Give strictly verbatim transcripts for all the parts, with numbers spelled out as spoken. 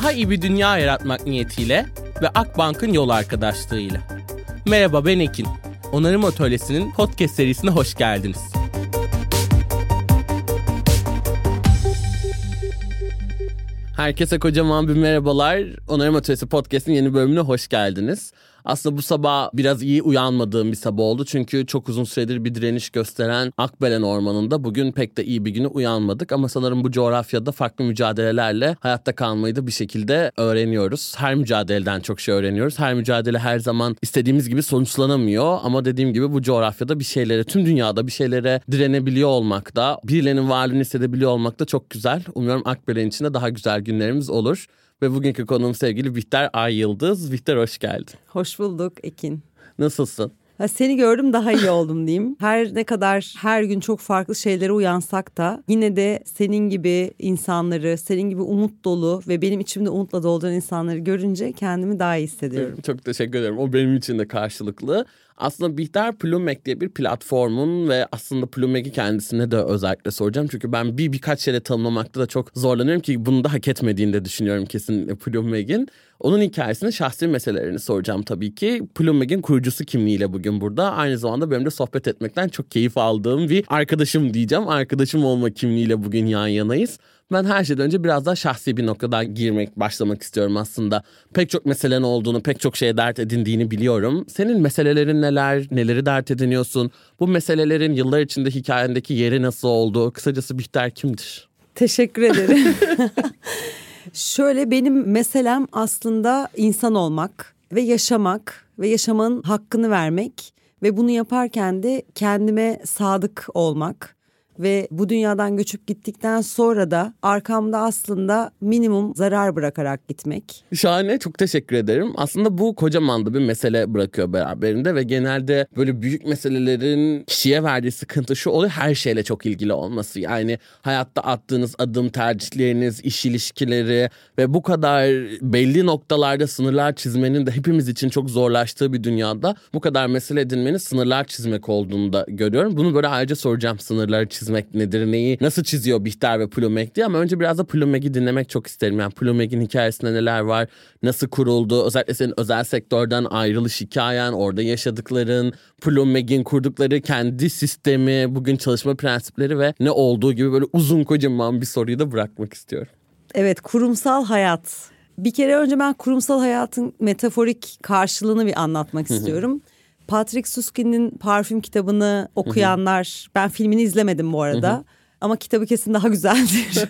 Daha iyi bir dünya yaratmak niyetiyle ve Akbank'ın yol arkadaşlığıyla. Merhaba, ben Ekin. Onarım Atölyesi'nin podcast serisine hoş geldiniz. Herkese kocaman bir merhabalar. Onarım Atölyesi Podcast'in yeni bölümüne hoş geldiniz. Aslında bu sabah biraz iyi uyanmadığım bir sabah oldu. Çünkü çok uzun süredir bir direniş gösteren Akbelen Ormanı'nda bugün pek de iyi bir güne uyanmadık. Ama sanırım bu coğrafyada farklı mücadelelerle hayatta kalmayı da bir şekilde öğreniyoruz. Her mücadeleden çok şey öğreniyoruz. Her mücadele her zaman istediğimiz gibi sonuçlanamıyor. Ama dediğim gibi bu coğrafyada bir şeylere, tüm dünyada bir şeylere direnebiliyor olmak da, birilerinin varlığını hissedebiliyor olmak da çok güzel. Umuyorum Akbelen için de daha güzel günlerimiz olur. Ve bugünkü konuğum sevgili Bihter Ay Yıldız. Bihter, hoş geldin. Hoş bulduk Ekin. Nasılsın? Ha, seni gördüm daha iyi oldum diyeyim. Her ne kadar her gün çok farklı şeylere uyansak da yine de senin gibi insanları, senin gibi umut dolu ve benim içimde umutla dolduran insanları görünce kendimi daha iyi hissediyorum. Çok teşekkür ederim. O benim için de karşılıklı. Aslında Bihter Plumek diye bir platformun ve aslında Plumek'i kendisine de özellikle soracağım. Çünkü ben bir birkaç şeyle tanımlamakta da çok zorlanıyorum ki bunu da hak etmediğini de düşünüyorum kesin Plumek'in. Onun hikayesini, şahsi meselelerini soracağım tabii ki. Plumek'in kurucusu kimliğiyle bugün burada. Aynı zamanda benim de sohbet etmekten çok keyif aldığım bir arkadaşım diyeceğim. Arkadaşım olma kimliğiyle bugün yan yanayız. Ben her şeyden önce biraz daha şahsi bir noktadan girmek, başlamak istiyorum aslında. Pek çok meselen olduğunu, pek çok şeye dert edindiğini biliyorum. Senin meselelerin neler, neleri dert ediniyorsun? Bu meselelerin yıllar içinde hikayendeki yeri nasıl oldu? Kısacası Bihter kimdir? Teşekkür ederim. Şöyle, benim meselem aslında insan olmak ve yaşamak ve yaşamanın hakkını vermek ve bunu yaparken de kendime sadık olmak. Ve bu dünyadan göçüp gittikten sonra da arkamda aslında minimum zarar bırakarak gitmek. Şahane, çok teşekkür ederim. Aslında bu kocaman da bir mesele bırakıyor beraberinde ve genelde böyle büyük meselelerin kişiye verdiği sıkıntı şu oluyor: her şeyle çok ilgili olması. Yani hayatta attığınız adım, tercihleriniz, iş ilişkileri ve bu kadar belli noktalarda sınırlar çizmenin de hepimiz için çok zorlaştığı bir dünyada bu kadar mesele edinmenin sınırlar çizmek olduğunu da görüyorum. Bunu böyle ayrıca soracağım, sınırları çizmek nedir, neyi nasıl çiziyor Bihter ve Plumek diye, ama önce biraz da Plumek'i dinlemek çok isterim. Yani Plumek'in hikayesinde neler var, nasıl kuruldu, özellikle senin özel sektörden ayrılış hikayen, orada yaşadıkların, Plumek'in kurdukları kendi sistemi, bugün çalışma prensipleri ve ne olduğu gibi böyle uzun kocaman bir soruyu da bırakmak istiyorum. Evet, kurumsal hayat. Bir kere önce ben kurumsal hayatın metaforik karşılığını bir anlatmak istiyorum. Patrick Süskind'in Parfüm kitabını okuyanlar, ben filmini izlemedim bu arada. Hı hı. Ama kitabı kesin daha güzeldir.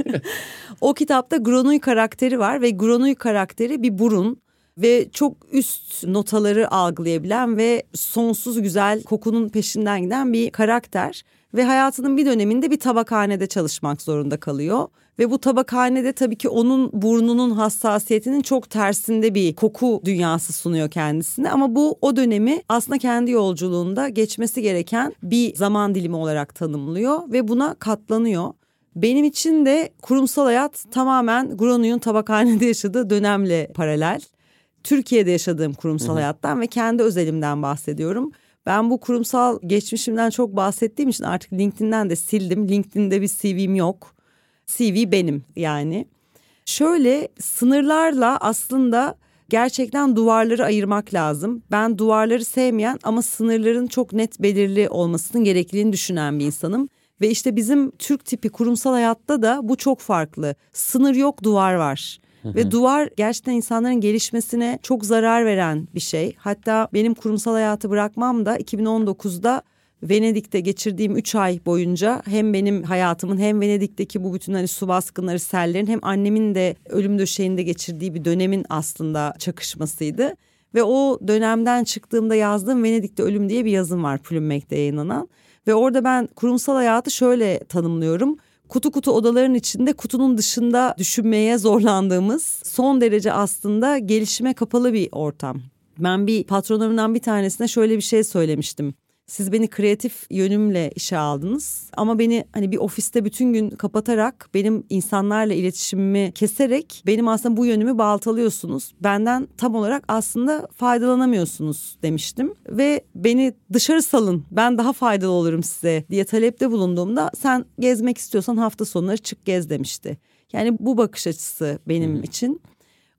O kitapta Grenouille karakteri var ve Grenouille karakteri bir burun ve çok üst notaları algılayabilen ve sonsuz güzel kokunun peşinden giden bir karakter. Ve hayatının bir döneminde bir tabakhanede çalışmak zorunda kalıyor. Ve bu tabakhanede tabii ki onun burnunun hassasiyetinin çok tersinde bir koku dünyası sunuyor kendisine. Ama bu o dönemi aslında kendi yolculuğunda geçmesi gereken bir zaman dilimi olarak tanımlıyor ve buna katlanıyor. Benim için de kurumsal hayat tamamen Grenouille'un tabakhanede yaşadığı dönemle paralel. Türkiye'de yaşadığım kurumsal Hı-hı. hayattan ve kendi özelimden bahsediyorum. Ben bu kurumsal geçmişimden çok bahsettiğim için artık LinkedIn'den de sildim. LinkedIn'de bir C V'm yok. C V benim yani. Şöyle, sınırlarla aslında gerçekten duvarları ayırmak lazım. Ben duvarları sevmeyen ama sınırların çok net belirli olmasının gerekliliğini düşünen bir insanım. Ve işte bizim Türk tipi kurumsal hayatta da bu çok farklı. Sınır yok, duvar var. Ve duvar gerçekten insanların gelişmesine çok zarar veren bir şey. Hatta benim kurumsal hayatı bırakmam da iki bin on dokuzda Venedik'te geçirdiğim üç ay boyunca hem benim hayatımın hem Venedik'teki bu bütün hani su baskınları, sellerin, hem annemin de ölüm döşeğinde geçirdiği bir dönemin aslında çakışmasıydı. Ve o dönemden çıktığımda yazdığım Venedik'te Ölüm diye bir yazım var, Plumek'te yayınlanan. Ve orada ben kurumsal hayatı şöyle tanımlıyorum: kutu kutu odaların içinde, kutunun dışında düşünmeye zorlandığımız, son derece aslında gelişime kapalı bir ortam. Ben bir patronlarımdan bir tanesine şöyle bir şey söylemiştim. Siz beni kreatif yönümle işe aldınız ama beni hani bir ofiste bütün gün kapatarak, benim insanlarla iletişimimi keserek benim aslında bu yönümü baltalıyorsunuz. Benden tam olarak aslında faydalanamıyorsunuz demiştim ve beni dışarı salın, ben daha faydalı olurum size diye talepte bulunduğumda, sen gezmek istiyorsan hafta sonları çık gez demişti. Yani bu bakış açısı benim hmm. için.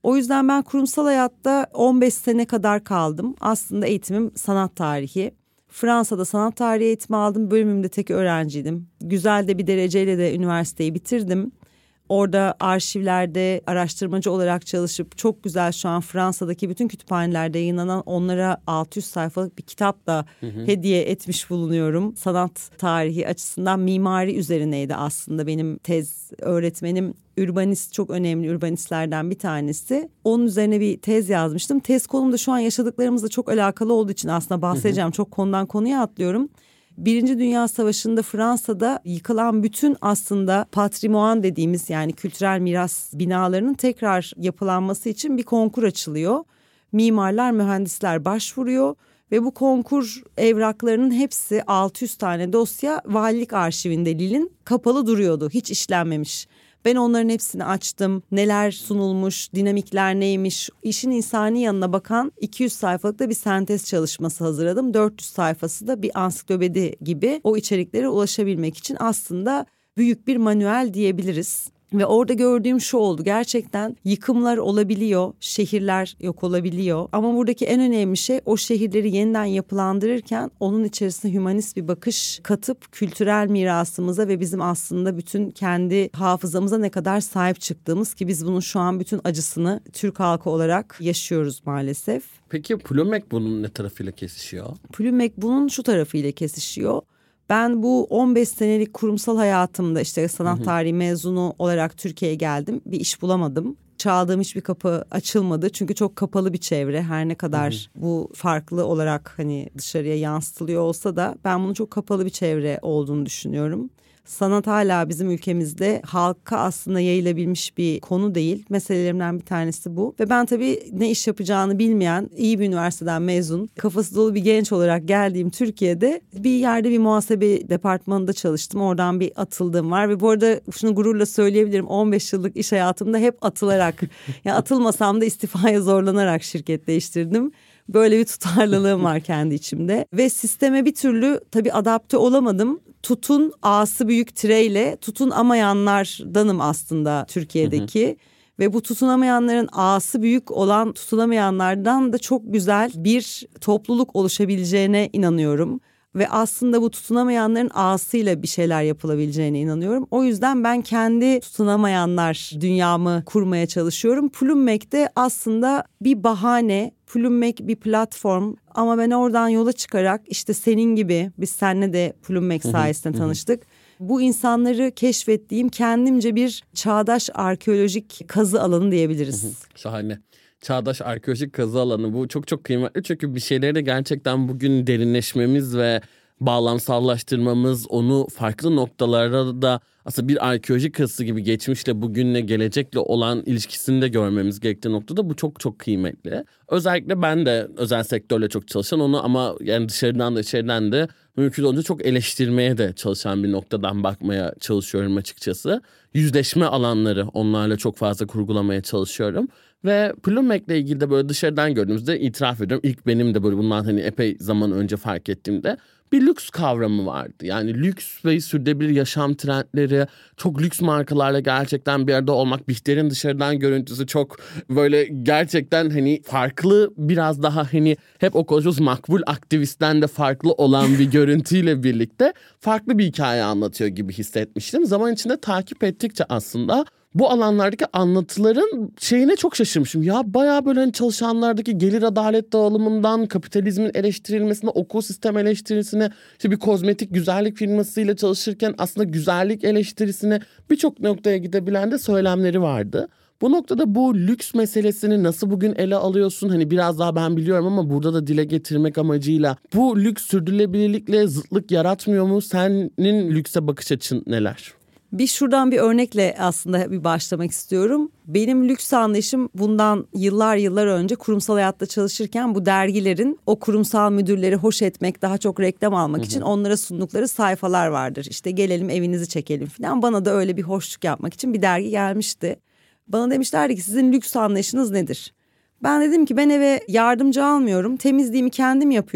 O yüzden ben kurumsal hayatta on beş sene kadar kaldım. Aslında eğitimim sanat tarihi. Fransa'da sanat tarihi eğitimi aldım. Bölümümde tek öğrenciydim. Güzel de bir dereceyle de üniversiteyi bitirdim. Orada arşivlerde araştırmacı olarak çalışıp çok güzel şu an Fransa'daki bütün kütüphanelerde yayınlanan onlara altı yüz sayfalık bir kitap da hı hı. hediye etmiş bulunuyorum. Sanat tarihi açısından mimari üzerineydi aslında benim tez öğretmenim. Ürbanist, çok önemli ürbanistlerden bir tanesi. Onun üzerine bir tez yazmıştım. Tez konumda şu an yaşadıklarımızla çok alakalı olduğu için aslında bahsedeceğim. Hı hı. Çok konudan konuya atlıyorum. Birinci Dünya Savaşı'nda Fransa'da yıkılan bütün aslında patrimoine dediğimiz yani kültürel miras binalarının tekrar yapılanması için bir konkur açılıyor. Mimarlar, mühendisler başvuruyor ve bu konkur evraklarının hepsi altı yüz tane dosya valilik arşivinde Lille'in kapalı duruyordu. Hiç işlenmemiş. Ben onların hepsini açtım. Neler sunulmuş, dinamikler neymiş, işin insani yanına bakan iki yüz sayfalık da bir sentez çalışması hazırladım. dört yüz sayfası da bir ansiklopedi gibi o içeriklere ulaşabilmek için aslında büyük bir manuel diyebiliriz. Ve orada gördüğüm şu oldu, gerçekten yıkımlar olabiliyor, şehirler yok olabiliyor. Ama buradaki en önemli şey o şehirleri yeniden yapılandırırken onun içerisine hümanist bir bakış katıp kültürel mirasımıza ve bizim aslında bütün kendi hafızamıza ne kadar sahip çıktığımız, ki biz bunun şu an bütün acısını Türk halkı olarak yaşıyoruz maalesef. Peki Plumek bunun ne tarafıyla kesişiyor? Plumek bunun şu tarafıyla kesişiyor. Ben bu on beş senelik kurumsal hayatımda işte sanat tarihi mezunu olarak Türkiye'ye geldim. Bir iş bulamadım. Çaldığım hiçbir kapı açılmadı. Çünkü çok kapalı bir çevre. Her ne kadar hı hı. bu farklı olarak hani dışarıya yansıtılıyor olsa da ben bunun çok kapalı bir çevre olduğunu düşünüyorum. Sanat hala bizim ülkemizde halka aslında yayılabilmiş bir konu değil. Meselelerimden bir tanesi bu. Ve ben tabii ne iş yapacağını bilmeyen, iyi bir üniversiteden mezun, kafası dolu bir genç olarak geldiğim Türkiye'de bir yerde bir muhasebe departmanında çalıştım. Oradan bir atıldığım var ve bu arada şunu gururla söyleyebilirim. on beş yıllık iş hayatımda hep atılarak, yani atılmasam da istifaya zorlanarak şirket değiştirdim. Böyle bir tutarlılığım var kendi içimde ve sisteme bir türlü tabii adapte olamadım. Tutun A'sı büyük tireyle tutunamayanlardanım aslında Türkiye'deki. Hı hı. Ve bu tutunamayanların A'sı büyük olan tutunamayanlardan da çok güzel bir topluluk oluşabileceğine inanıyorum. Ve aslında bu tutunamayanların A'sıyla bir şeyler yapılabileceğine inanıyorum. O yüzden ben kendi tutunamayanlar dünyamı kurmaya çalışıyorum. Plumek de aslında bir bahane, Plumek bir platform ama ben oradan yola çıkarak işte senin gibi, biz seninle de Plumek sayesinde tanıştık. Bu insanları keşfettiğim kendimce bir çağdaş arkeolojik kazı alanı diyebiliriz. Şahane. Çağdaş arkeolojik kazı alanı, bu çok çok kıymetli çünkü bir şeyleri de gerçekten bugün derinleşmemiz ve bağlamsallaştırmamız, onu farklı noktalara da aslında bir arkeolojik kazısı gibi geçmişle, bugünle, gelecekle olan ilişkisini de görmemiz gerektiği noktada bu çok çok kıymetli. Özellikle ben de özel sektörle çok çalışan, onu ama yani dışarıdan da içeriden de mümkün olunca çok eleştirmeye de çalışan bir noktadan bakmaya çalışıyorum açıkçası. Yüzleşme alanları, onlarla çok fazla kurgulamaya çalışıyorum. Ve Plumek'le ilgili de böyle dışarıdan gördüğümüzde itiraf ediyorum. İlk benim de böyle bundan hani epey zaman önce fark ettiğimde bir lüks kavramı vardı. Yani lüks ve sürdürülebilir yaşam trendleri, çok lüks markalarla gerçekten bir arada olmak, Bihter'in dışarıdan görüntüsü çok böyle gerçekten hani farklı, biraz daha hani hep o konuşuyoruz makbul aktivistten de farklı olan bir görüntüyle birlikte farklı bir hikaye anlatıyor gibi hissetmiştim. Zaman içinde takip ettikçe aslında bu alanlardaki anlatıların şeyine çok şaşırmışım. Ya bayağı böyle hani çalışanlardaki gelir adalet dağılımından kapitalizmin eleştirilmesine, okul sistem eleştirisine, işte bir kozmetik güzellik firmasıyla çalışırken aslında güzellik eleştirisine, birçok noktaya gidebilen de söylemleri vardı. Bu noktada bu lüks meselesini nasıl bugün ele alıyorsun? Hani biraz daha ben biliyorum ama burada da dile getirmek amacıyla bu lüks sürdürülebilirlikle zıtlık yaratmıyor mu? Senin lükse bakış açın neler? Bir şuradan bir örnekle aslında bir başlamak istiyorum. Benim lüks anlayışım bundan yıllar yıllar önce kurumsal hayatta çalışırken bu dergilerin o kurumsal müdürleri hoş etmek, daha çok reklam almak hı hı. için onlara sundukları sayfalar vardır. İşte gelelim evinizi çekelim falan. Bana da öyle bir hoşluk yapmak için bir dergi gelmişti. Bana demişlerdi ki sizin lüks anlayışınız nedir? Ben dedim ki ben eve yardımcı almıyorum. Temizliğimi kendim yapıyorum.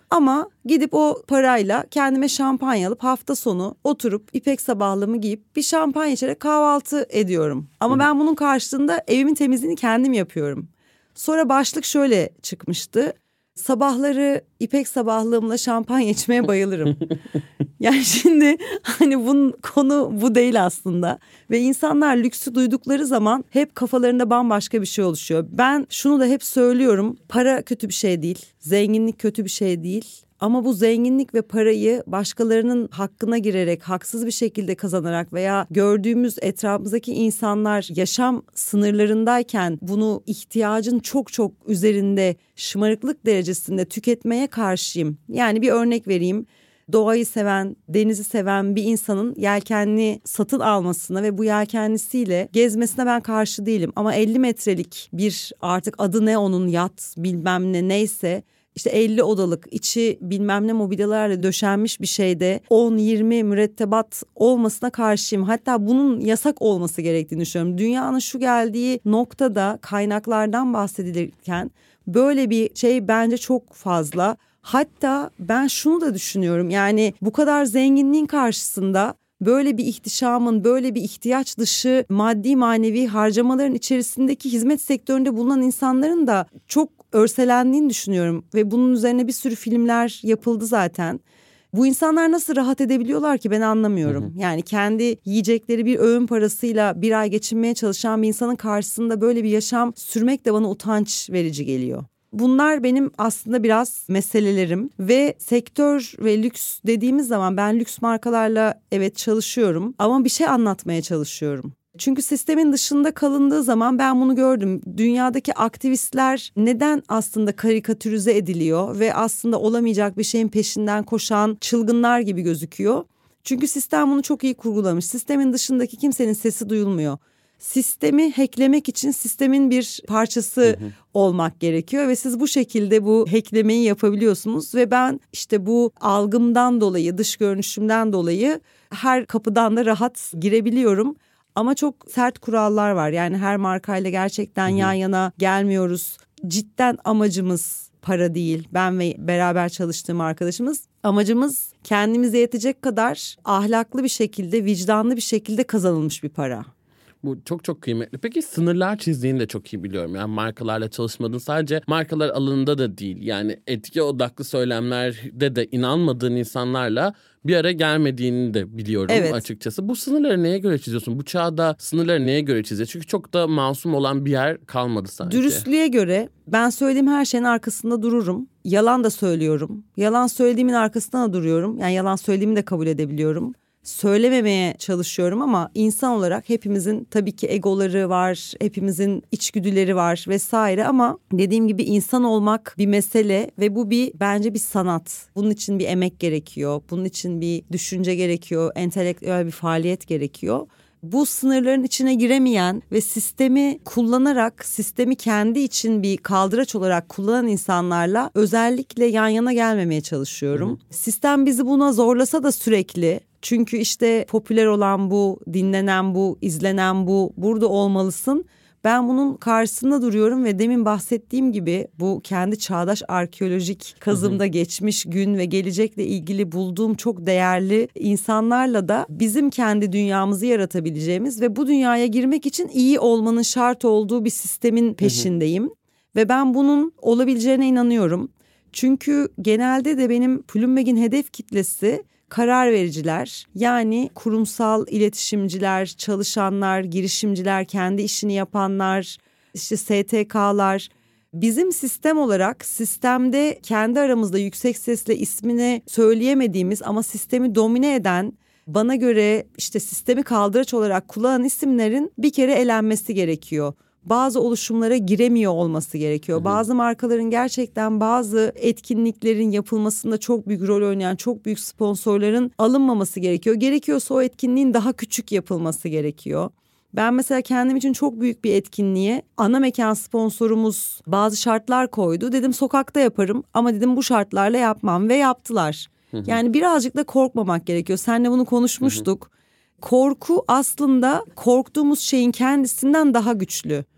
Ama gidip o parayla kendime şampanya alıp hafta sonu oturup ipek sabahlığımı giyip bir şampanya içerek kahvaltı ediyorum. Ama Hı. ben bunun karşılığında evimin temizliğini kendim yapıyorum. Sonra başlık şöyle çıkmıştı. Sabahları ipek sabahlığımla şampanya içmeye bayılırım. Yani şimdi hani bunun konu bu değil aslında. Ve insanlar lüksü duydukları zaman hep kafalarında bambaşka bir şey oluşuyor. Ben şunu da hep söylüyorum. Para kötü bir şey değil. Zenginlik kötü bir şey değil. Ama bu zenginlik ve parayı başkalarının hakkına girerek, haksız bir şekilde kazanarak veya gördüğümüz etrafımızdaki insanlar yaşam sınırlarındayken bunu ihtiyacın çok çok üzerinde, şımarıklık derecesinde tüketmeye karşıyım. Yani bir örnek vereyim. Doğayı seven, denizi seven bir insanın yelkenli satın almasına ve bu yelkenlisiyle gezmesine ben karşı değilim. Ama elli metrelik bir artık adı ne onun yat bilmem ne neyse... İşte elli odalık içi bilmem ne mobilyalarla döşenmiş bir şeyde on yirmi mürettebat olmasına karşıyım. Hatta bunun yasak olması gerektiğini düşünüyorum. Dünyanın şu geldiği noktada kaynaklardan bahsedilirken böyle bir şey bence çok fazla. Hatta ben şunu da düşünüyorum, yani bu kadar zenginliğin karşısında böyle bir ihtişamın, böyle bir ihtiyaç dışı maddi manevi harcamaların içerisindeki hizmet sektöründe bulunan insanların da çok örselendiğini düşünüyorum. Ve bunun üzerine bir sürü filmler yapıldı zaten. Bu insanlar nasıl rahat edebiliyorlar ki ben anlamıyorum. Hı hı. Yani kendi yiyecekleri bir öğün parasıyla bir ay geçinmeye çalışan bir insanın karşısında böyle bir yaşam sürmek de bana utanç verici geliyor. Bunlar benim aslında biraz meselelerim ve sektör ve lüks dediğimiz zaman ben lüks markalarla evet çalışıyorum ama bir şey anlatmaya çalışıyorum. Çünkü sistemin dışında kalındığı zaman ben bunu gördüm. Dünyadaki aktivistler neden aslında karikatürize ediliyor ve aslında olamayacak bir şeyin peşinden koşan çılgınlar gibi gözüküyor. Çünkü sistem bunu çok iyi kurgulamış. Sistemin dışındaki kimsenin sesi duyulmuyor. Sistemi hacklemek için sistemin bir parçası hı hı. olmak gerekiyor ve siz bu şekilde bu hacklemeyi yapabiliyorsunuz ve ben işte bu algımdan dolayı, dış görünüşümden dolayı her kapıdan da rahat girebiliyorum. Ama çok sert kurallar var. Yani her markayla gerçekten hı hı. yan yana gelmiyoruz. Cidden amacımız para değil. Ben ve beraber çalıştığım arkadaşımız. Amacımız kendimize yetecek kadar ahlaklı bir şekilde, vicdanlı bir şekilde kazanılmış bir para. Bu çok çok kıymetli. Peki sınırlar çizdiğini de çok iyi biliyorum. Yani markalarla çalışmadın, sadece markalar alanında da değil. Yani etki odaklı söylemlerde de inanmadığın insanlarla bir araya gelmediğini de biliyorum evet. açıkçası. Bu sınırları neye göre çiziyorsun? Bu çağda sınırları neye göre çiziyor? Çünkü çok da masum olan bir yer kalmadı sanki. Dürüstlüğe göre ben söylediğim her şeyin arkasında dururum. Yalan da söylüyorum. Yalan söylediğimin arkasında da duruyorum. Yani yalan söylediğimi de kabul edebiliyorum. Söylememeye çalışıyorum ama insan olarak hepimizin tabii ki egoları var, hepimizin içgüdüleri var vesaire ama dediğim gibi insan olmak bir mesele ve bu bir bence bir sanat. Bunun için bir emek gerekiyor, bunun için bir düşünce gerekiyor, entelektüel bir faaliyet gerekiyor. Bu sınırların içine giremeyen ve sistemi kullanarak, sistemi kendi için bir kaldıraç olarak kullanan insanlarla özellikle yan yana gelmemeye çalışıyorum. Hı hı. Sistem bizi buna zorlasa da sürekli, çünkü işte popüler olan bu, dinlenen bu, izlenen bu, burada olmalısın. Ben bunun karşısında duruyorum ve demin bahsettiğim gibi bu kendi çağdaş arkeolojik kazımda hı hı. geçmiş gün ve gelecekle ilgili bulduğum çok değerli insanlarla da bizim kendi dünyamızı yaratabileceğimiz ve bu dünyaya girmek için iyi olmanın şart olduğu bir sistemin peşindeyim. Hı hı. Ve ben bunun olabileceğine inanıyorum. Çünkü genelde de benim Bloomberg'in hedef kitlesi karar vericiler, yani kurumsal iletişimciler, çalışanlar, girişimciler, kendi işini yapanlar, işte S T K'lar. Bizim sistem olarak sistemde kendi aramızda yüksek sesle ismini söyleyemediğimiz ama sistemi domine eden, bana göre işte sistemi kaldıraç olarak kullanan isimlerin bir kere elenmesi gerekiyor. Bazı oluşumlara giremiyor olması gerekiyor. Hı hı. Bazı markaların gerçekten bazı etkinliklerin yapılmasında çok büyük rol oynayan çok büyük sponsorların alınmaması gerekiyor. Gerekiyorsa o etkinliğin daha küçük yapılması gerekiyor. Ben mesela kendim için çok büyük bir etkinliğe ana mekan sponsorumuz bazı şartlar koydu. Dedim sokakta yaparım ama dedim bu şartlarla yapmam ve yaptılar. Hı hı. Yani birazcık da korkmamak gerekiyor. Seninle bunu konuşmuştuk. Hı hı. Korku aslında korktuğumuz şeyin kendisinden daha güçlü.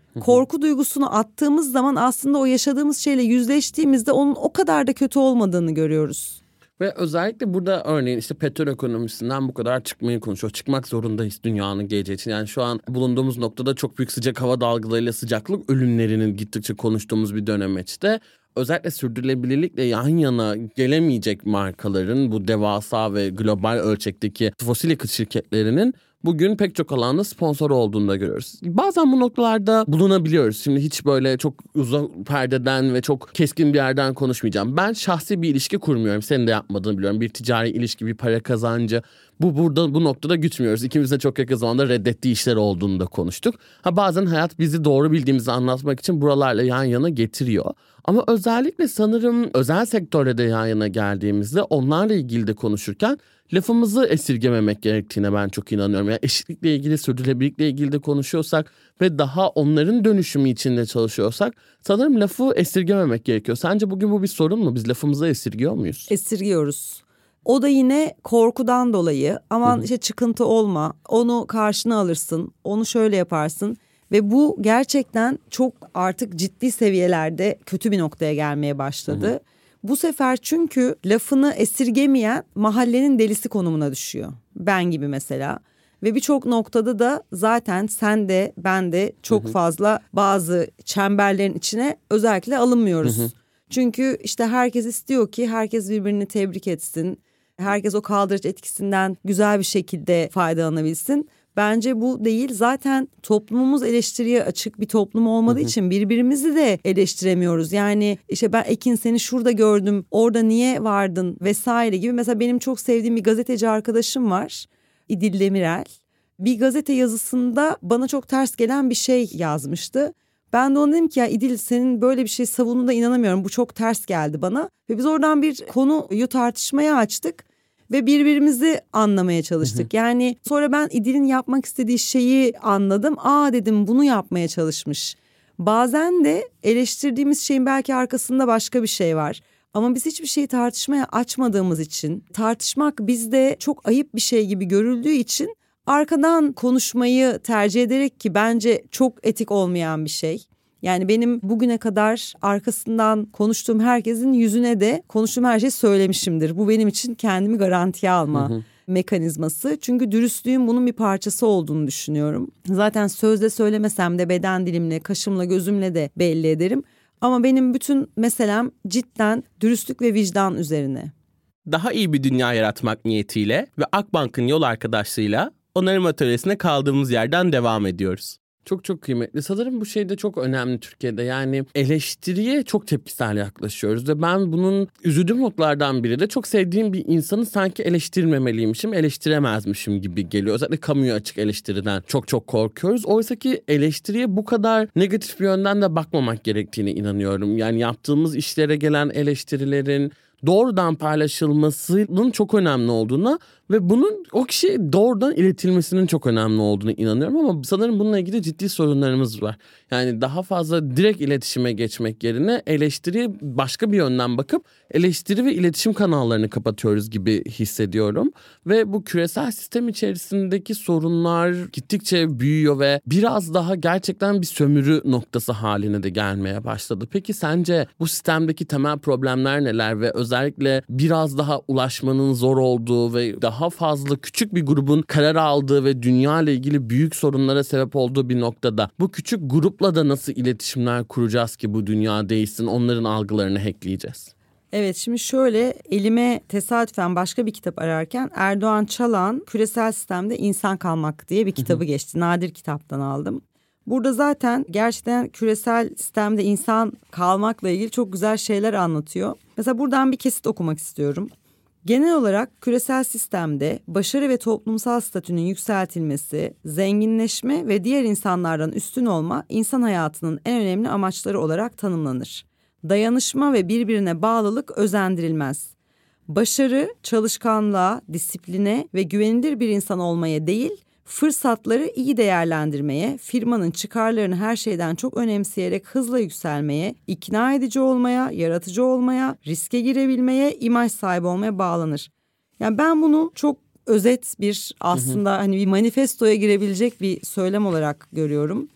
Korku duygusunu attığımız zaman aslında o yaşadığımız şeyle yüzleştiğimizde onun o kadar da kötü olmadığını görüyoruz. Ve özellikle burada örneğin işte petrol ekonomisinden bu kadar çıkmayı konuşuyor. Çıkmak zorundayız dünyanın geleceği için. Yani şu an bulunduğumuz noktada çok büyük sıcak hava dalgalarıyla sıcaklık ölümlerinin gittikçe konuştuğumuz bir dönemeçte. Özellikle sürdürülebilirlikle yan yana gelemeyecek markaların, bu devasa ve global ölçekteki fosil yakıt şirketlerinin bugün pek çok alanda sponsor olduğunu da görüyoruz. Bazen bu noktalarda bulunabiliyoruz. Şimdi hiç böyle çok uzak perdeden ve çok keskin bir yerden konuşmayacağım. Ben şahsi bir ilişki kurmuyorum. Senin de yapmadığını biliyorum. Bir ticari ilişki, bir para kazancı. Bu burada bu noktada gütmüyoruz. İkimiz de çok yakın zamanda reddettiği işler olduğunu da konuştuk. Ha bazen hayat bizi doğru bildiğimizi anlatmak için buralarla yan yana getiriyor. Ama özellikle sanırım özel sektörle de yan yana geldiğimizde onlarla ilgili de konuşurken lafımızı esirgememek gerektiğine ben çok inanıyorum. Yani eşitlikle ilgili, sürdürülebilirlikle ilgili de konuşuyorsak ve daha onların dönüşümü içinde çalışıyorsak sanırım lafı esirgememek gerekiyor. Sence bugün bu bir sorun mu? Biz lafımızı esirgiyor muyuz? Esirgiyoruz. O da yine korkudan dolayı aman hı hı. işte çıkıntı olma, onu karşına alırsın, onu şöyle yaparsın. Ve bu gerçekten çok artık ciddi seviyelerde kötü bir noktaya gelmeye başladı. Hı hı. Bu sefer çünkü lafını esirgemeyen mahallenin delisi konumuna düşüyor. Ben gibi mesela. Ve birçok noktada da zaten sen de ben de çok hı hı. fazla bazı çemberlerin içine özellikle alınmıyoruz. Hı hı. Çünkü işte herkes istiyor ki herkes birbirini tebrik etsin. Herkes o kaldırıcı etkisinden güzel bir şekilde faydalanabilsin. Bence bu değil. Zaten toplumumuz eleştiriye açık bir toplum olmadığı hı hı. için birbirimizi de eleştiremiyoruz. Yani işte ben Ekin seni şurada gördüm, orada niye vardın vesaire gibi. Mesela benim çok sevdiğim bir gazeteci arkadaşım var, İdil Demirel. Bir gazete yazısında bana çok ters gelen bir şey yazmıştı. Ben de ona dedim ki ya İdil senin böyle bir şey savunduğuna inanamıyorum. Bu çok ters geldi bana. Ve biz oradan bir konuyu tartışmaya açtık. Ve birbirimizi anlamaya çalıştık. Hı hı. Yani sonra ben İdil'in yapmak istediği şeyi anladım. Aa dedim bunu yapmaya çalışmış. Bazen de eleştirdiğimiz şeyin belki arkasında başka bir şey var. Ama biz hiçbir şeyi tartışmaya açmadığımız için, tartışmak bizde çok ayıp bir şey gibi görüldüğü için arkadan konuşmayı tercih ederek ki bence çok etik olmayan bir şey. Yani benim bugüne kadar arkasından konuştuğum herkesin yüzüne de konuştuğum her şeyi söylemişimdir. Bu benim için kendimi garantiye alma hı hı. mekanizması. Çünkü dürüstlüğün bunun bir parçası olduğunu düşünüyorum. Zaten sözle söylemesem de beden dilimle, kaşımla, gözümle de belli ederim. Ama benim bütün meselem cidden dürüstlük ve vicdan üzerine. Daha iyi bir dünya yaratmak niyetiyle ve Akbank'ın yol arkadaşlığıyla onarım atölyesine kaldığımız yerden devam ediyoruz. Çok çok kıymetli. Sanırım bu şey de çok önemli Türkiye'de. Yani eleştiriye çok tepkisel yaklaşıyoruz ve ben bunun üzüldüğüm noktalardan biri de çok sevdiğim bir insanı sanki eleştirmemeliymişim, eleştiremezmişim gibi geliyor. Özellikle kamuya açık eleştiriden çok çok korkuyoruz. Oysa ki eleştiriye bu kadar negatif bir yönden de bakmamak gerektiğine inanıyorum. Yani yaptığımız işlere gelen eleştirilerin doğrudan paylaşılmasının çok önemli olduğuna ve bunun o kişiye doğrudan iletilmesinin çok önemli olduğunu inanıyorum ama sanırım bununla ilgili ciddi sorunlarımız var. Yani daha fazla direkt iletişime geçmek yerine eleştiriye başka bir yönden bakıp eleştiri ve iletişim kanallarını kapatıyoruz gibi hissediyorum. Ve bu küresel sistem içerisindeki sorunlar gittikçe büyüyor ve biraz daha gerçekten bir sömürü noktası haline de gelmeye başladı. Peki sence bu sistemdeki temel problemler neler ve özellikle biraz daha ulaşmanın zor olduğu ve daha fazla küçük bir grubun karar aldığı ve dünya ile ilgili büyük sorunlara sebep olduğu bir noktada bu küçük grupla da nasıl iletişimler kuracağız ki bu dünya değişsin, onların algılarını hackleyeceğiz? Evet, şimdi şöyle elime tesadüfen başka bir kitap ararken Erdoğan Çalan Küresel Sistemde İnsan Kalmak diye bir kitabı geçti. Nadir kitaptan aldım. Burada zaten gerçekten küresel sistemde insan kalmakla ilgili çok güzel şeyler anlatıyor. Mesela buradan bir kesit okumak istiyorum. Genel olarak küresel sistemde başarı ve toplumsal statünün yükseltilmesi, zenginleşme ve diğer insanlardan üstün olma insan hayatının en önemli amaçları olarak tanımlanır. Dayanışma ve birbirine bağlılık özendirilmez. Başarı, çalışkanlığa, disipline ve güvenilir bir insan olmaya değil, fırsatları iyi değerlendirmeye, firmanın çıkarlarını her şeyden çok önemseyerek hızla yükselmeye, ikna edici olmaya, yaratıcı olmaya, riske girebilmeye, imaj sahibi olmaya bağlanır. Yani ben bunu çok özet bir aslında hı hı. hani bir manifestoya girebilecek bir söylem olarak görüyorum.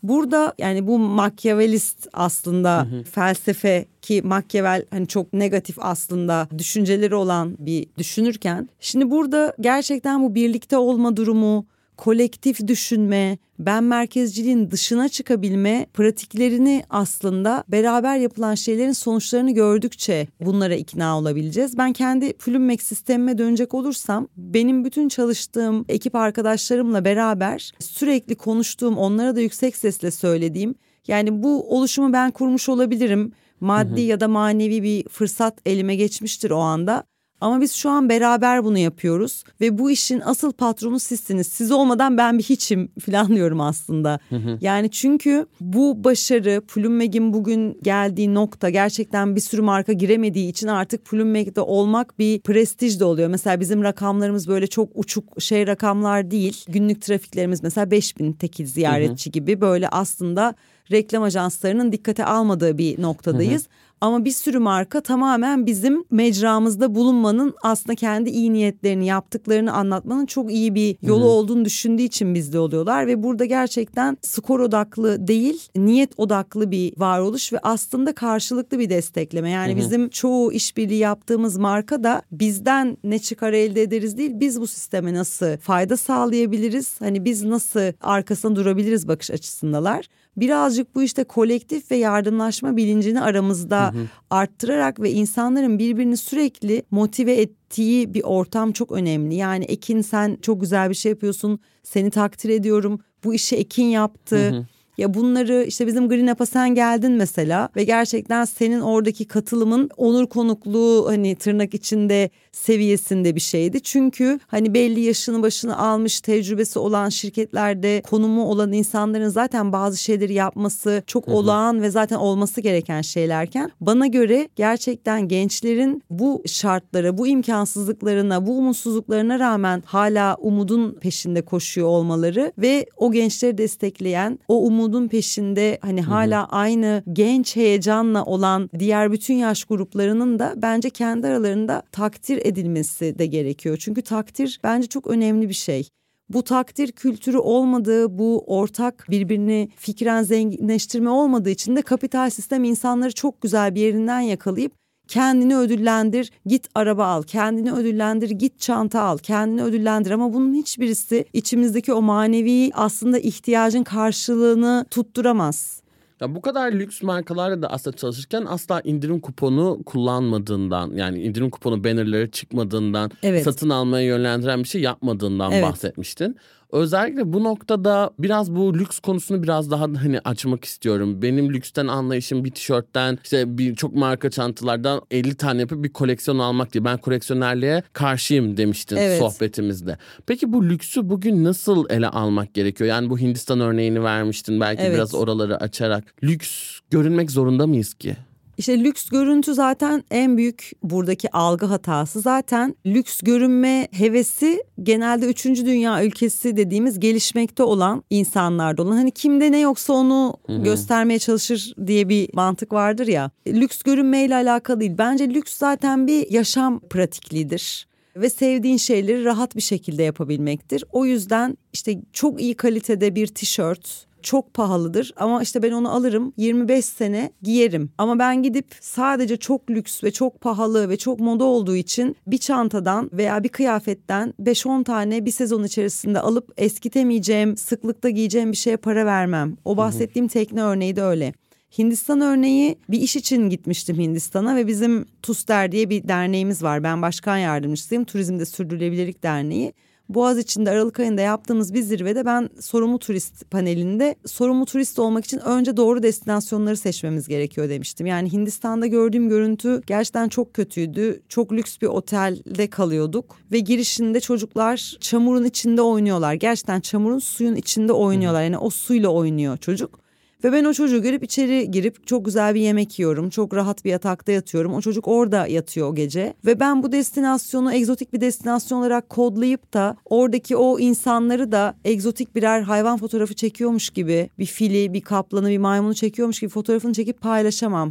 Burada yani bu Machiavellist aslında hı hı. felsefe ki Machiavelli hani çok negatif aslında düşünceleri olan bir düşünürken. Şimdi burada gerçekten bu birlikte olma durumu, kolektif düşünme, ben merkezciliğin dışına çıkabilme pratiklerini aslında beraber yapılan şeylerin sonuçlarını gördükçe bunlara ikna olabileceğiz. Ben kendi Plümmek sistemime dönecek olursam benim bütün çalıştığım ekip arkadaşlarımla beraber sürekli konuştuğum, onlara da yüksek sesle söylediğim, yani bu oluşumu ben kurmuş olabilirim. Maddi hı hı. ya da manevi bir fırsat elime geçmiştir o anda. Ama biz şu an beraber bunu yapıyoruz ve bu işin asıl patronu sizsiniz. Siz olmadan ben bir hiçim falan diyorum aslında. Hı hı. Yani çünkü bu başarı, Plümmeg'in bugün geldiği nokta, gerçekten bir sürü marka giremediği için artık Plümmeg'de olmak bir prestij de oluyor. Mesela bizim rakamlarımız böyle çok uçuk şey rakamlar değil. Günlük trafiklerimiz mesela beş bin tekil ziyaretçi hı hı. gibi, böyle aslında reklam ajanslarının dikkate almadığı bir noktadayız. Hı hı. Ama bir sürü marka tamamen bizim mecramızda bulunmanın, aslında kendi iyi niyetlerini, yaptıklarını anlatmanın çok iyi bir yolu Hı-hı. olduğunu düşündüğü için bizde oluyorlar. Ve burada gerçekten skor odaklı değil, niyet odaklı bir varoluş ve aslında karşılıklı bir destekleme. Yani Hı-hı. bizim çoğu işbirliği yaptığımız marka da bizden ne çıkar elde ederiz değil, biz bu sisteme nasıl fayda sağlayabiliriz, hani biz nasıl arkasında durabiliriz bakış açısındalar. Birazcık bu işte kolektif ve yardımlaşma bilincini aramızda hı hı. arttırarak ve insanların birbirini sürekli motive ettiği bir ortam çok önemli. Yani Ekin, sen çok güzel bir şey yapıyorsun, seni takdir ediyorum, bu işi Ekin yaptı. Hı hı. Ya bunları işte bizim Green Up'a sen geldin mesela ve gerçekten senin oradaki katılımın onur konukluğu, hani tırnak içinde seviyesinde bir şeydi. Çünkü hani belli yaşını başını almış, tecrübesi olan şirketlerde konumu olan insanların zaten bazı şeyleri yapması çok hı hı. olağan ve zaten olması gereken şeylerken, bana göre gerçekten gençlerin bu şartlara, bu imkansızlıklarına, bu umutsuzluklarına rağmen hala umudun peşinde koşuyor olmaları ve o gençleri destekleyen, o umut umudun peşinde hani hı hı. hala aynı genç heyecanla olan diğer bütün yaş gruplarının da bence kendi aralarında takdir edilmesi de gerekiyor. Çünkü takdir bence çok önemli bir şey. Bu takdir kültürü olmadığı, bu ortak birbirini fikren zenginleştirme olmadığı için de kapital sistem insanları çok güzel bir yerinden yakalayıp kendini ödüllendir, git araba al, kendini ödüllendir, git çanta al, kendini ödüllendir, ama bunun hiçbirisi içimizdeki o manevi aslında ihtiyacın karşılığını tutturamaz. Ya bu kadar lüks markalarla da aslında çalışırken asla indirim kuponu kullanmadığından, yani indirim kuponu bannerları çıkmadığından, evet. satın almaya yönlendiren bir şey yapmadığından evet. bahsetmiştin. Özellikle bu noktada biraz bu lüks konusunu biraz daha hani açmak istiyorum. Benim lüksten anlayışım bir tişörtten, işte bir çok marka çantalardan elli tane yapıp bir koleksiyon almak diye. Ben koleksiyonerliğe karşıyım demiştin evet. sohbetimizde. Peki bu lüksü bugün nasıl ele almak gerekiyor? Yani bu Hindistan örneğini vermiştin, belki evet. biraz oraları açarak. Lüks görünmek zorunda mıyız ki? İşte lüks görüntü zaten en büyük buradaki algı hatası. Zaten lüks görünme hevesi genelde üçüncü dünya ülkesi dediğimiz gelişmekte olan insanlarda olan. Hani kimde ne yoksa onu Hı-hı. göstermeye çalışır diye bir mantık vardır ya. Lüks görünmeyle alakalı değil. Bence lüks zaten bir yaşam pratikliğidir. Ve sevdiğin şeyleri rahat bir şekilde yapabilmektir. O yüzden işte çok iyi kalitede bir tişört çok pahalıdır ama işte ben onu alırım, yirmi beş sene giyerim. Ama ben gidip sadece çok lüks ve çok pahalı ve çok moda olduğu için bir çantadan veya bir kıyafetten beş on tane bir sezon içerisinde alıp eskitemeyeceğim, sıklıkta giyeceğim bir şeye para vermem. O bahsettiğim tekne örneği de öyle. Hindistan örneği, bir iş için gitmiştim Hindistan'a ve bizim TUSDER diye bir derneğimiz var. Ben başkan yardımcısıyım. Turizmde Sürdürülebilirlik Derneği. Boğaziçi'nde Aralık ayında yaptığımız bir zirvede ben sorumlu turist panelinde sorumlu turist olmak için önce doğru destinasyonları seçmemiz gerekiyor demiştim. Yani Hindistan'da gördüğüm görüntü gerçekten çok kötüydü. Çok lüks bir otelde kalıyorduk ve girişinde çocuklar çamurun içinde oynuyorlar. Gerçekten çamurun, suyun içinde oynuyorlar. Yani o suyla oynuyor çocuk. Ve ben o çocuğu görüp içeri girip çok güzel bir yemek yiyorum. Çok rahat bir yatakta yatıyorum. O çocuk orada yatıyor o gece. Ve ben bu destinasyonu egzotik bir destinasyon olarak kodlayıp da oradaki o insanları da egzotik birer hayvan fotoğrafı çekiyormuş gibi, bir fili, bir kaplanı, bir maymunu çekiyormuş gibi fotoğrafını çekip paylaşamam.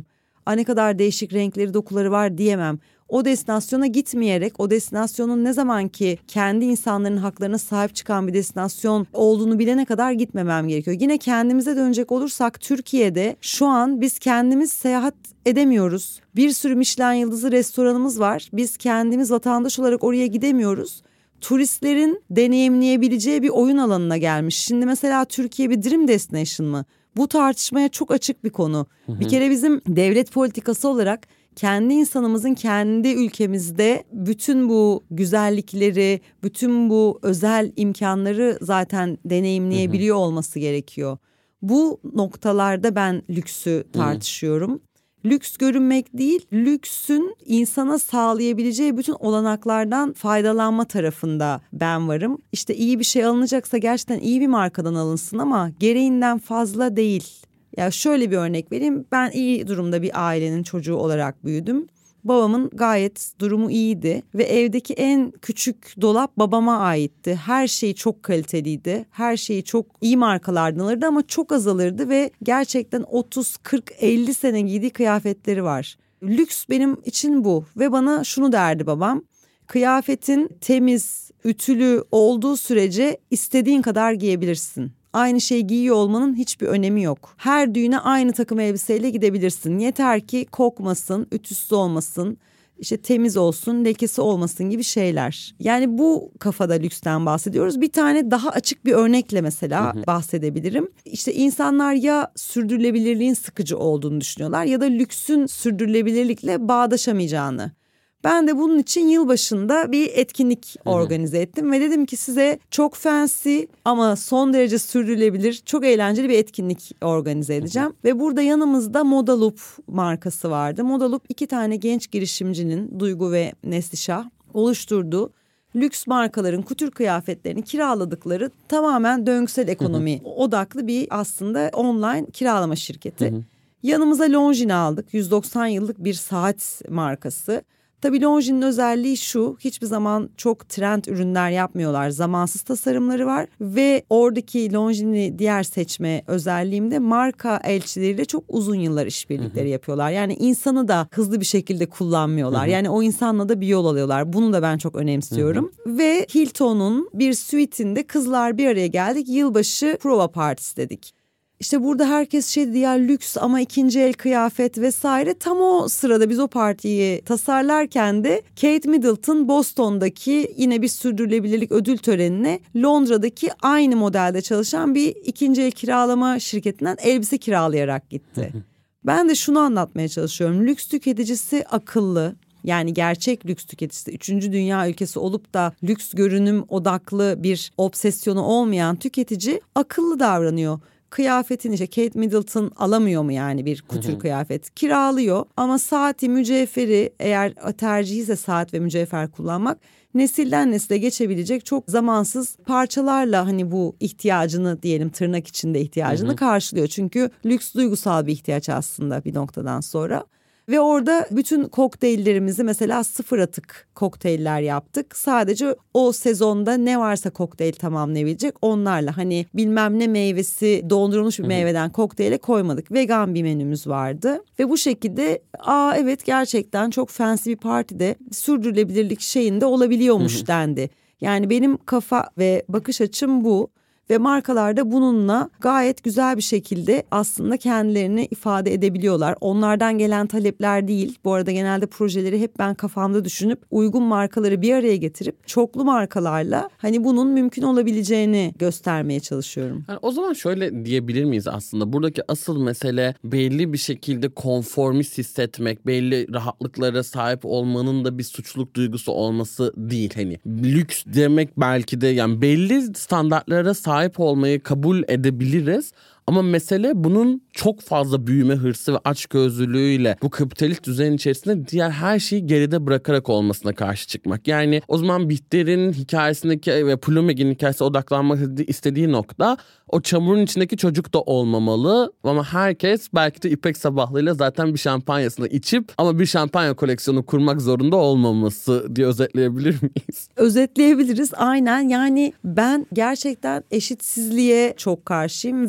"Aa, ne kadar değişik renkleri, dokuları var" diyemem. O destinasyona gitmeyerek, o destinasyonun ne zaman ki kendi insanların haklarına sahip çıkan bir destinasyon olduğunu bilene kadar gitmemem gerekiyor. Yine kendimize dönecek olursak, Türkiye'de şu an biz kendimiz seyahat edemiyoruz. Bir sürü Michelin yıldızı restoranımız var. Biz kendimiz vatandaş olarak oraya gidemiyoruz. Turistlerin deneyimleyebileceği bir oyun alanına gelmiş. Şimdi mesela Türkiye bir dream destination mı? Bu tartışmaya çok açık bir konu. Hı hı. Bir kere bizim devlet politikası olarak kendi insanımızın kendi ülkemizde bütün bu güzellikleri, bütün bu özel imkanları zaten deneyimleyebiliyor hı hı. olması gerekiyor. Bu noktalarda ben lüksü tartışıyorum. Hı hı. Lüks görünmek değil, lüksün insana sağlayabileceği bütün olanaklardan faydalanma tarafında ben varım. İşte iyi bir şey alınacaksa gerçekten iyi bir markadan alınsın ama gereğinden fazla değil. Ya şöyle bir örnek vereyim. Ben iyi durumda bir ailenin çocuğu olarak büyüdüm. Babamın gayet durumu iyiydi ve evdeki en küçük dolap babama aitti. Her şey çok kaliteliydi. Her şeyi çok iyi markalardan alırdı ama çok az alırdı ve gerçekten otuz, kırk, elli sene giydiği kıyafetleri var. Lüks benim için bu ve bana şunu derdi babam: kıyafetin temiz, ütülü olduğu sürece istediğin kadar giyebilirsin. Aynı şeyi giyiyor olmanın hiçbir önemi yok. Her düğüne aynı takım elbiseyle gidebilirsin. Yeter ki kokmasın, ütüsüz olmasın, işte temiz olsun, lekesi olmasın gibi şeyler. Yani bu kafada lüksten bahsediyoruz. Bir tane daha açık bir örnekle mesela hı hı. bahsedebilirim. İşte insanlar ya sürdürülebilirliğin sıkıcı olduğunu düşünüyorlar ya da lüksün sürdürülebilirlikle bağdaşamayacağını. Ben de bunun için yılbaşında bir etkinlik Hı-hı. organize ettim ve dedim ki size çok fancy ama son derece sürdürülebilir, çok eğlenceli bir etkinlik organize edeceğim. Hı-hı. Ve burada yanımızda Moda Loop markası vardı. Moda Loop iki tane genç girişimcinin, Duygu ve Neslişah, oluşturduğu lüks markaların kutür kıyafetlerini kiraladıkları tamamen döngüsel ekonomi Hı-hı. odaklı bir aslında online kiralama şirketi. Hı-hı. Yanımıza Longines aldık. yüz doksan yıllık bir saat markası. Tabii Longines'in özelliği şu: hiçbir zaman çok trend ürünler yapmıyorlar. Zamansız tasarımları var ve oradaki Longines'i diğer seçme özelliğim de marka elçileriyle çok uzun yıllar işbirlikleri yapıyorlar. Yani insanı da hızlı bir şekilde kullanmıyorlar. Hı hı. Yani o insanla da bir yol alıyorlar. Bunu da ben çok önemsiyorum. Hı hı. Ve Hilton'un bir suite'inde kızlar bir araya geldik. Yılbaşı prova partisi dedik. İşte burada herkes şey dedi, ya lüks ama ikinci el kıyafet vesaire. Tam o sırada biz o partiyi tasarlarken de Kate Middleton Boston'daki yine bir sürdürülebilirlik ödül törenine Londra'daki aynı modelde çalışan bir ikinci el kiralama şirketinden elbise kiralayarak gitti. Ben de şunu anlatmaya çalışıyorum: lüks tüketicisi akıllı. Yani gerçek lüks tüketicisi, üçüncü dünya ülkesi olup da lüks görünüm odaklı bir obsesyonu olmayan tüketici akıllı davranıyor. Kıyafetin işte Kate Middleton alamıyor mu yani bir kutür kıyafet? Kiralıyor ama saati, mücevheri, eğer tercihi ise saat ve mücevher kullanmak, nesilden nesile geçebilecek çok zamansız parçalarla hani bu ihtiyacını, diyelim tırnak içinde ihtiyacını hı hı. karşılıyor. Çünkü lüks duygusal bir ihtiyaç aslında bir noktadan sonra. Ve orada bütün kokteyllerimizi mesela sıfır atık kokteyller yaptık. Sadece o sezonda ne varsa kokteyl tamamlayabilecek onlarla. Hani bilmem ne meyvesi, dondurulmuş bir meyveden kokteyle koymadık. Vegan bir menümüz vardı. Ve bu şekilde aa evet gerçekten çok fancy bir partide sürdürülebilirlik şeyinde olabiliyormuş dendi. Yani benim kafa ve bakış açım bu. Ve markalar da bununla gayet güzel bir şekilde aslında kendilerini ifade edebiliyorlar. Onlardan gelen talepler değil. Bu arada genelde projeleri hep ben kafamda düşünüp uygun markaları bir araya getirip çoklu markalarla hani bunun mümkün olabileceğini göstermeye çalışıyorum. Yani o zaman şöyle diyebilir miyiz aslında? Buradaki asıl mesele belli bir şekilde konformist hissetmek, belli rahatlıklara sahip olmanın da bir suçluluk duygusu olması değil. Hani lüks demek belki de yani belli standartlara sahip sahip olmayı kabul edebiliriz. Ama mesele bunun çok fazla büyüme hırsı ve açgözlülüğüyle bu kapitalist düzenin içerisinde diğer her şeyi geride bırakarak olmasına karşı çıkmak. Yani o zaman Bihter'in hikayesindeki ve Plumeg'in hikayesine odaklanmak istediği nokta o çamurun içindeki çocuk da olmamalı. Ama herkes belki de İpek sabahlığıyla zaten bir şampanyasını içip ama bir şampanya koleksiyonu kurmak zorunda olmaması diye özetleyebilir miyiz? Özetleyebiliriz aynen. Yani ben gerçekten eşitsizliğe çok karşıyım ve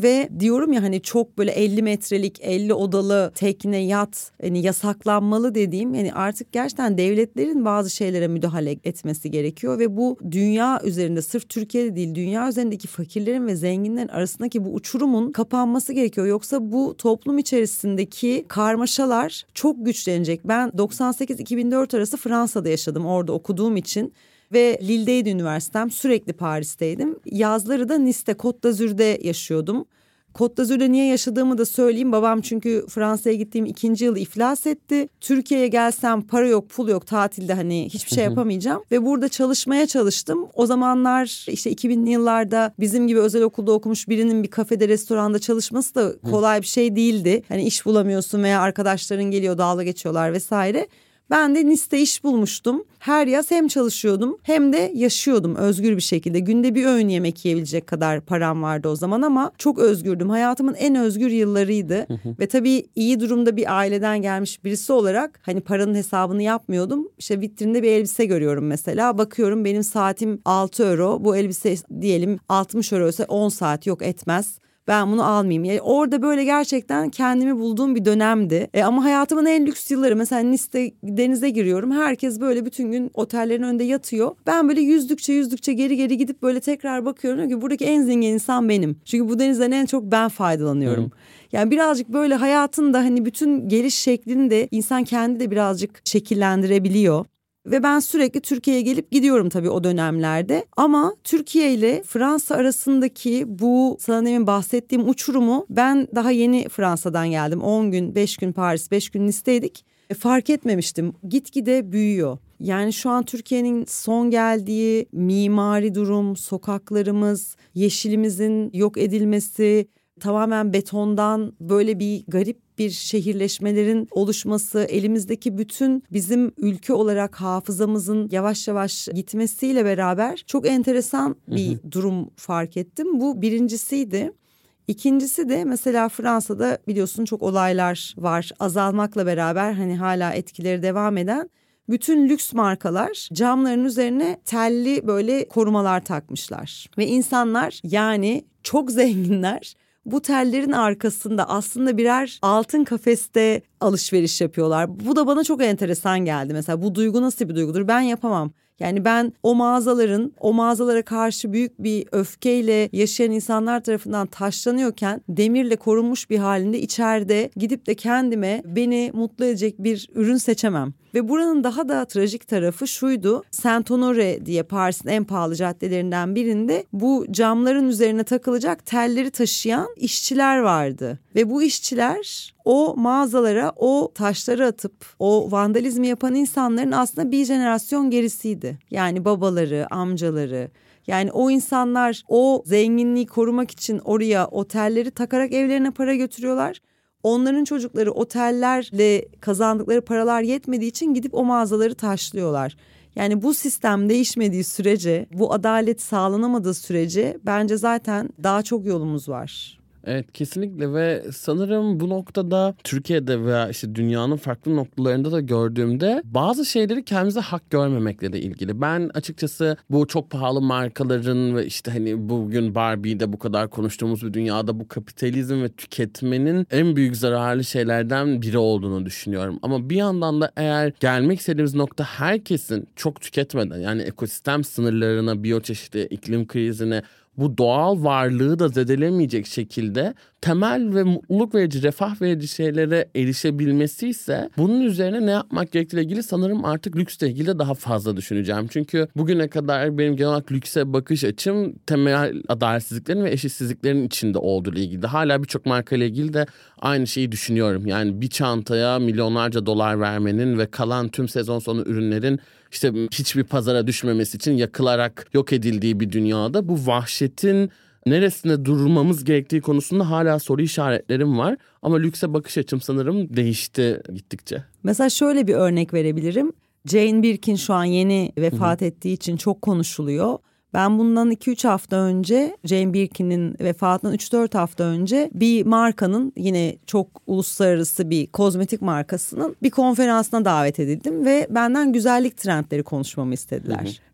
diyorum ya hani çok böyle elli metrelik elli odalı tekne yat hani yasaklanmalı dediğim yani artık gerçekten devletlerin bazı şeylere müdahale etmesi gerekiyor ve bu dünya üzerinde sırf Türkiye'de değil dünya üzerindeki fakirlerin ve zenginlerin arasındaki bu uçurumun kapanması gerekiyor. Yoksa bu toplum içerisindeki karmaşalar çok güçlenecek. Ben doksan sekiz iki bin dört arası Fransa'da yaşadım orada okuduğum için. Ve Lille'deydi üniversitem. Sürekli Paris'teydim. Yazları da Nice'te, Côte d'Azur'da yaşıyordum. Côte d'Azur'da niye yaşadığımı da söyleyeyim. Babam çünkü Fransa'ya gittiğim ikinci yıl iflas etti. Türkiye'ye gelsem para yok, pul yok, tatilde hani hiçbir şey yapamayacağım. Ve burada çalışmaya çalıştım. O zamanlar işte iki binli yıllarda bizim gibi özel okulda okumuş birinin bir kafede, restoranda çalışması da kolay bir şey değildi. Hani iş bulamıyorsun veya arkadaşların geliyor, dalga geçiyorlar vesaire. Ben de Nice'te iş bulmuştum. Her yaz hem çalışıyordum hem de yaşıyordum özgür bir şekilde. Günde bir öğün yemek yiyebilecek kadar param vardı o zaman ama çok özgürdüm. Hayatımın en özgür yıllarıydı. Ve tabii iyi durumda bir aileden gelmiş birisi olarak hani paranın hesabını yapmıyordum. İşte vitrinde bir elbise görüyorum mesela. Bakıyorum benim saatim altı euro. Bu elbise diyelim altmış euro ise on saat yok etmez. Ben bunu almayayım. Yani orada böyle gerçekten kendimi bulduğum bir dönemdi. E ama hayatımın en lüks yılları. Mesela Nice'te denize giriyorum. Herkes böyle bütün gün otellerin önünde yatıyor. Ben böyle yüzdükçe yüzdükçe geri geri gidip böyle tekrar bakıyorum ki buradaki en zengin insan benim. Çünkü bu denizden en çok ben faydalanıyorum. Hmm. Yani birazcık böyle hayatın da hani bütün geliş şeklini de insan kendi de birazcık şekillendirebiliyor. Ve ben sürekli Türkiye'ye gelip gidiyorum tabii o dönemlerde. Ama Türkiye ile Fransa arasındaki bu sana demin bahsettiğim uçurumu ben daha yeni Fransa'dan geldim. on gün, beş gün Paris, beş gün Nice'teydik. E, fark etmemiştim. Gitgide büyüyor. Yani şu an Türkiye'nin son geldiği mimari durum, sokaklarımız, yeşilimizin yok edilmesi, tamamen betondan böyle bir garip bir şehirleşmelerin oluşması, elimizdeki bütün bizim ülke olarak hafızamızın yavaş yavaş gitmesiyle beraber çok enteresan bir hı hı. durum fark ettim. Bu birincisiydi. İkincisi de mesela Fransa'da biliyorsun çok olaylar var. Azalmakla beraber hani hala etkileri devam eden bütün lüks markalar camların üzerine telli böyle korumalar takmışlar. Ve insanlar yani çok zenginler bu tellerin arkasında aslında birer altın kafeste alışveriş yapıyorlar. Bu da bana çok enteresan geldi. Mesela bu duygu nasıl bir duygudur? Ben yapamam. Yani ben o mağazaların, o mağazalara karşı büyük bir öfkeyle yaşayan insanlar tarafından taşlanıyorken demirle korunmuş bir halinde içeride gidip de kendime beni mutlu edecek bir ürün seçemem. Ve buranın daha da trajik tarafı şuydu. Saint-Honoré diye Paris'in en pahalı caddelerinden birinde bu camların üzerine takılacak telleri taşıyan işçiler vardı. Ve bu işçiler o mağazalara o taşları atıp o vandalizmi yapan insanların aslında bir jenerasyon gerisiydi. Yani babaları, amcaları. Yani o insanlar o zenginliği korumak için oraya o telleri takarak evlerine para götürüyorlar. Onların çocukları otellerle kazandıkları paralar yetmediği için gidip o mağazaları taşlıyorlar. Yani bu sistem değişmediği sürece, bu adalet sağlanamadığı sürece bence zaten daha çok yolumuz var. Evet, kesinlikle ve sanırım bu noktada Türkiye'de veya işte dünyanın farklı noktalarında da gördüğümde bazı şeyleri kendimize hak görmemekle de ilgili. Ben açıkçası bu çok pahalı markaların ve işte hani bugün Barbie'de bu kadar konuştuğumuz bir dünyada bu kapitalizm ve tüketmenin en büyük zararlı şeylerden biri olduğunu düşünüyorum. Ama bir yandan da eğer gelmek istediğimiz nokta herkesin çok tüketmeden yani ekosistem sınırlarına, biyoçeşitliğe, iklim krizine, bu doğal varlığı da zedelemeyecek şekilde temel ve mutluluk verici, refah verici şeylere erişebilmesi ise bunun üzerine ne yapmak gerektiğiyle ilgili sanırım artık lüksle ilgili de daha fazla düşüneceğim. Çünkü bugüne kadar benim genel olarak lükse bakış açım temel adaletsizliklerin ve eşitsizliklerin içinde olduğu ile ilgili. Hala birçok markayla ilgili de aynı şeyi düşünüyorum. Yani bir çantaya milyonlarca dolar vermenin ve kalan tüm sezon sonu ürünlerin işte hiçbir pazara düşmemesi için yakılarak yok edildiği bir dünyada bu vahşetin neresinde durmamız gerektiği konusunda hala soru işaretlerim var. Ama lükse bakış açım sanırım değişti gittikçe. Mesela şöyle bir örnek verebilirim. Jane Birkin şu an yeni vefat Hı-hı. ettiği için çok konuşuluyor. Ben bundan iki üç hafta önce Jane Birkin'in vefatından üç dört hafta önce bir markanın yine çok uluslararası bir kozmetik markasının bir konferansına davet edildim ve benden güzellik trendleri konuşmamı istediler. Hı hı.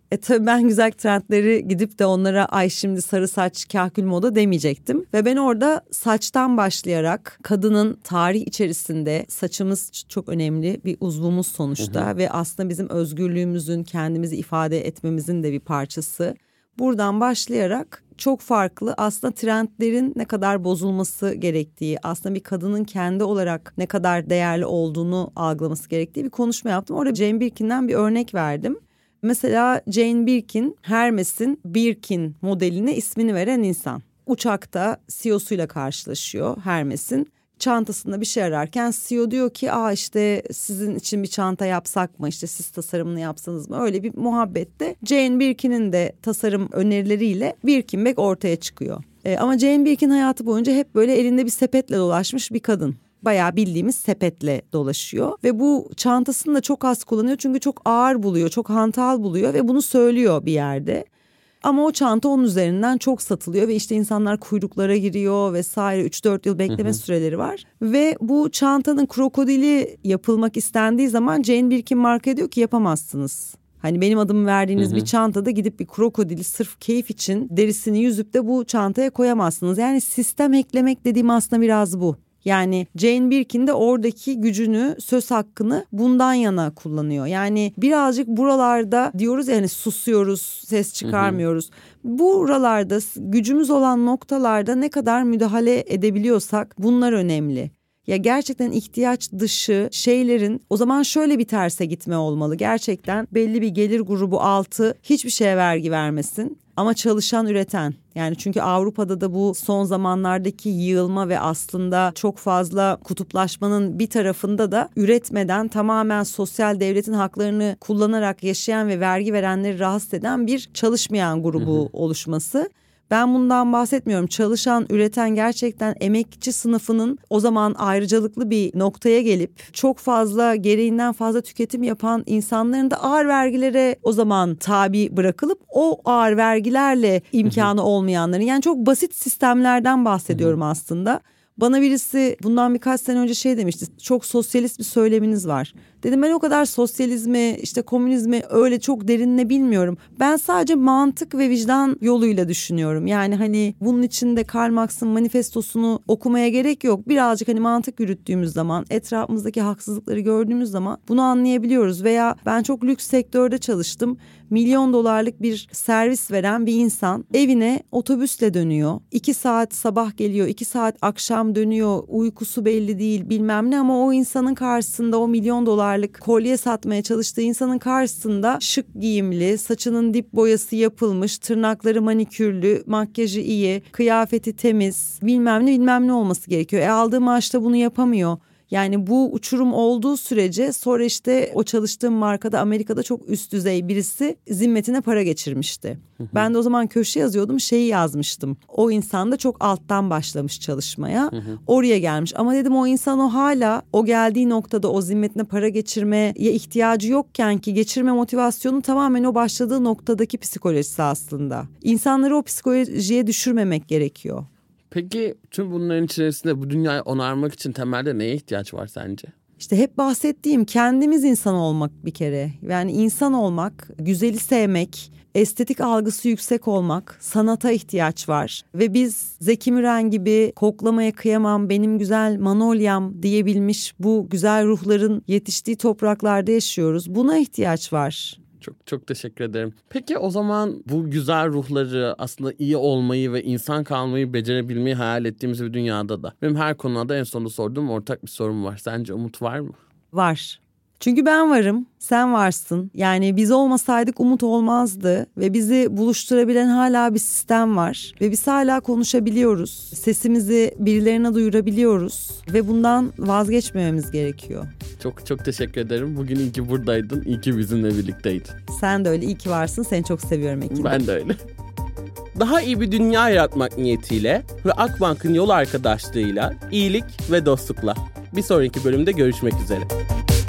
E tabii ben güzel trendleri gidip de onlara ay şimdi sarı saç kahkül moda demeyecektim. Ve ben orada saçtan başlayarak kadının tarih içerisinde saçımız çok önemli bir uzvumuz sonuçta. Hı hı. Ve aslında bizim özgürlüğümüzün, kendimizi ifade etmemizin de bir parçası. Buradan başlayarak çok farklı aslında trendlerin ne kadar bozulması gerektiği, aslında bir kadının kendi olarak ne kadar değerli olduğunu algılaması gerektiği bir konuşma yaptım. Orada Jane Birkin'den bir örnek verdim. Mesela Jane Birkin, Hermes'in Birkin modeline ismini veren insan. Uçakta C E O'suyla karşılaşıyor Hermes'in. Çantasında bir şey ararken C E O diyor ki aa işte sizin için bir çanta yapsak mı, işte siz tasarımını yapsanız mı, öyle bir muhabbette Jane Birkin'in de tasarım önerileriyle Birkin bag ortaya çıkıyor. Ee, ama Jane Birkin hayatı boyunca hep böyle elinde bir sepetle dolaşmış bir kadın. Bayağı bildiğimiz sepetle dolaşıyor ve bu çantasını da çok az kullanıyor çünkü çok ağır buluyor, çok hantal buluyor ve bunu söylüyor bir yerde. Ama o çanta onun üzerinden çok satılıyor ve işte insanlar kuyruklara giriyor vesaire, üç dört yıl bekleme hı hı. süreleri var. Ve bu çantanın krokodili yapılmak istendiği zaman Jane Birkin marka diyor ki yapamazsınız. Hani benim adımı verdiğiniz hı hı. bir çantada gidip bir krokodili sırf keyif için derisini yüzüp de bu çantaya koyamazsınız. Yani sistem eklemek dediğim aslında biraz bu. Yani Jane Birkin de oradaki gücünü, söz hakkını bundan yana kullanıyor. Yani birazcık buralarda diyoruz ya hani susuyoruz, ses çıkarmıyoruz. Hı hı. Buralarda gücümüz olan noktalarda ne kadar müdahale edebiliyorsak bunlar önemli. Ya gerçekten ihtiyaç dışı şeylerin o zaman şöyle bir terse gitme olmalı. Gerçekten belli bir gelir grubu altı hiçbir şeye vergi vermesin. Ama çalışan, üreten, yani çünkü Avrupa'da da bu son zamanlardaki yığılma ve aslında çok fazla kutuplaşmanın bir tarafında da üretmeden tamamen sosyal devletin haklarını kullanarak yaşayan ve vergi verenleri rahatsız eden bir çalışmayan grubu hı hı. oluşması. Ben bundan bahsetmiyorum. Çalışan, üreten, gerçekten emekçi sınıfının o zaman ayrıcalıklı bir noktaya gelip çok fazla gereğinden fazla tüketim yapan insanların da ağır vergilere o zaman tabi bırakılıp o ağır vergilerle imkanı olmayanların, yani çok basit sistemlerden bahsediyorum aslında. Bana birisi bundan birkaç sene önce şey demişti. Çok sosyalist bir söyleminiz var. Dedim ben o kadar sosyalizmi, işte komünizmi öyle çok derinine bilmiyorum. Ben sadece mantık ve vicdan yoluyla düşünüyorum. Yani hani bunun içinde Karl Marx'ın manifestosunu okumaya gerek yok. Birazcık hani mantık yürüttüğümüz zaman, etrafımızdaki haksızlıkları gördüğümüz zaman bunu anlayabiliyoruz. Veya ben çok lüks sektörde çalıştım. Milyon dolarlık bir servis veren bir insan evine otobüsle dönüyor. İki saat sabah geliyor, iki saat akşam dönüyor. Uykusu belli değil, bilmem ne, ama o insanın karşısında, o milyon dolarlık kolye satmaya çalıştığı insanın karşısında şık giyimli, saçının dip boyası yapılmış, tırnakları manikürlü, makyajı iyi, kıyafeti temiz, bilmem ne bilmem ne olması gerekiyor. E aldığı maaşta bunu yapamıyor. Yani bu uçurum olduğu sürece sonra işte o çalıştığım markada Amerika'da çok üst düzey birisi zimmetine para geçirmişti. Hı hı. Ben de o zaman köşe yazıyordum, şeyi yazmıştım. O insan da çok alttan başlamış çalışmaya. Hı hı. Oraya gelmiş ama dedim o insan o hala o geldiği noktada o zimmetine para geçirmeye ihtiyacı yokken ki geçirme motivasyonu tamamen o başladığı noktadaki psikolojisi aslında. İnsanları o psikolojiye düşürmemek gerekiyor. Peki tüm bunların içerisinde bu dünyayı onarmak için temelde neye ihtiyaç var sence? İşte hep bahsettiğim kendimiz insan olmak bir kere. Yani insan olmak, güzeli sevmek, estetik algısı yüksek olmak, sanata ihtiyaç var. Ve biz Zeki Müren gibi koklamaya kıyamam, benim güzel manolyam diyebilmiş bu güzel ruhların yetiştiği topraklarda yaşıyoruz. Buna ihtiyaç var. Çok çok teşekkür ederim. Peki o zaman bu güzel ruhları, aslında iyi olmayı ve insan kalmayı becerebilmeyi hayal ettiğimiz bir dünyada da benim her konuda en sonunda sorduğum ortak bir sorum var. Sence umut var mı? Var. Çünkü ben varım, sen varsın. Yani biz olmasaydık umut olmazdı ve bizi buluşturabilen hala bir sistem var. Ve biz hala konuşabiliyoruz. Sesimizi birilerine duyurabiliyoruz ve bundan vazgeçmememiz gerekiyor. Çok çok teşekkür ederim. Bugün iyi ki buradaydın, iyi ki bizimle birlikteydin. Sen de öyle, iyi ki varsın. Seni çok seviyorum Ekim. Ben de öyle. Daha iyi bir dünya yaratmak niyetiyle ve Akbank'ın yol arkadaşlığıyla iyilik ve dostlukla. Bir sonraki bölümde görüşmek üzere.